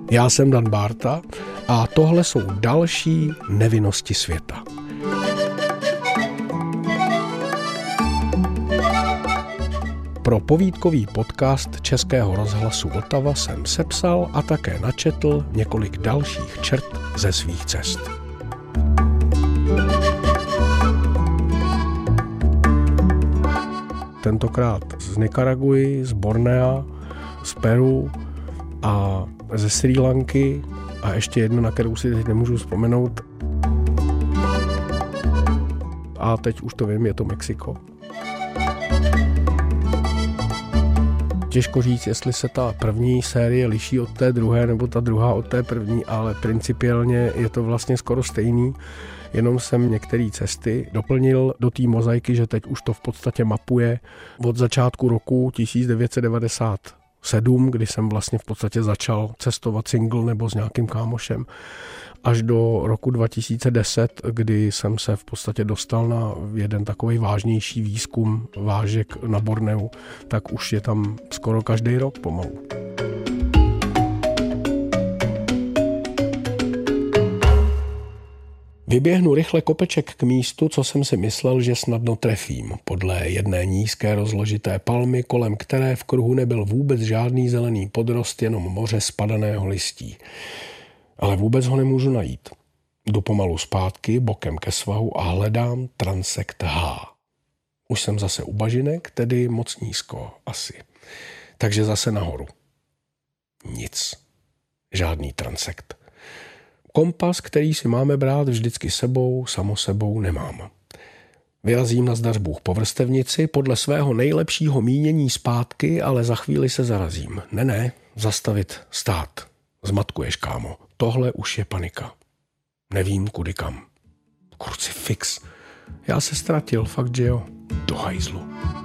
Já jsem Dan Bárta a tohle jsou další nevinnosti světa. Pro povídkový podcast Českého rozhlasu Vltava jsem sepsal a také načetl několik dalších črt ze svých cest. Tentokrát z Nikaraguji, z Bornea, z Peru a ze Srí Lanky a ještě jedno, na kterou si teď nemůžu vzpomenout. A teď už to vím, je to Mexiko. Těžko říct, jestli se ta první série liší od té druhé, nebo ta druhá od té první, ale principiálně je to vlastně skoro stejný. Jenom jsem některé cesty doplnil do té mozaiky, že teď už to v podstatě mapuje od začátku roku 1997, kdy jsem vlastně v podstatě začal cestovat single nebo s nějakým kámošem, až do roku 2010, kdy jsem se v podstatě dostal na jeden takový vážnější výzkum vážek na Borneu, tak už je tam skoro každý rok pomalu. Vyběhnu rychle kopeček k místu, co jsem si myslel, že snadno trefím, podle jedné nízké rozložité palmy, kolem které v kruhu nebyl vůbec žádný zelený podrost, jenom moře spadaného listí. Ale vůbec ho nemůžu najít. Jdu pomalu zpátky, bokem ke svahu a hledám transekt H. Už jsem zase u bažinek, tedy moc nízko, asi. Takže zase nahoru. Nic. Žádný transekt. Kompas, který si máme brát vždycky sebou, samo sebou nemám. Vyrazím na zdař Bůh po vrstevnici podle svého nejlepšího mínění zpátky, ale za chvíli se zarazím. Ne, zastavit, stát. Zmatkuješ, kámo. Tohle už je panika. Nevím, kudy kam. Krucifix. Já se ztratil, fakt, že jo. Do hajzlu.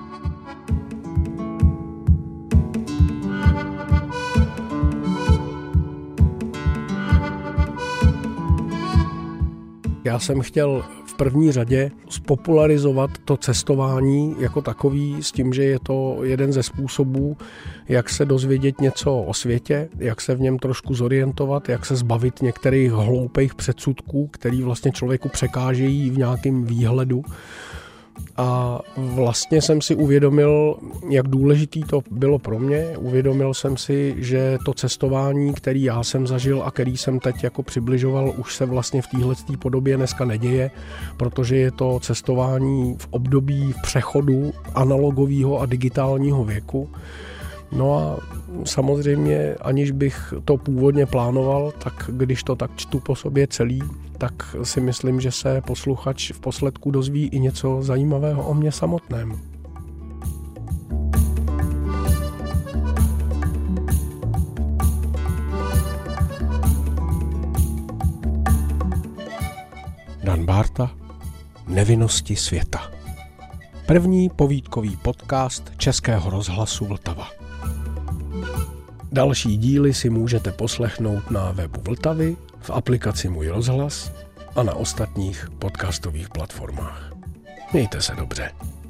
Já jsem chtěl v první řadě spopularizovat to cestování jako takový s tím, že je to jeden ze způsobů, jak se dozvědět něco o světě, jak se v něm trošku zorientovat, jak se zbavit některých hloupých předsudků, který vlastně člověku překážejí v nějakém výhledu. A vlastně jsem si uvědomil, jak důležitý to bylo pro mě. Uvědomil jsem si, že to cestování, který já jsem zažil a který jsem teď jako přibližoval, už se vlastně v téhleté podobě dneska neděje, protože je to cestování v období přechodu analogového a digitálního věku. No a samozřejmě, aniž bych to původně plánoval, tak když to tak čtu po sobě celý, tak si myslím, že se posluchač v posledku dozví i něco zajímavého o mně samotném. Dan Bárta, Nevinnosti světa. První povídkový podcast Českého rozhlasu Vltava. Další díly si můžete poslechnout na webu Vltavy, v aplikaci Můj rozhlas a na ostatních podcastových platformách. Mějte se dobře.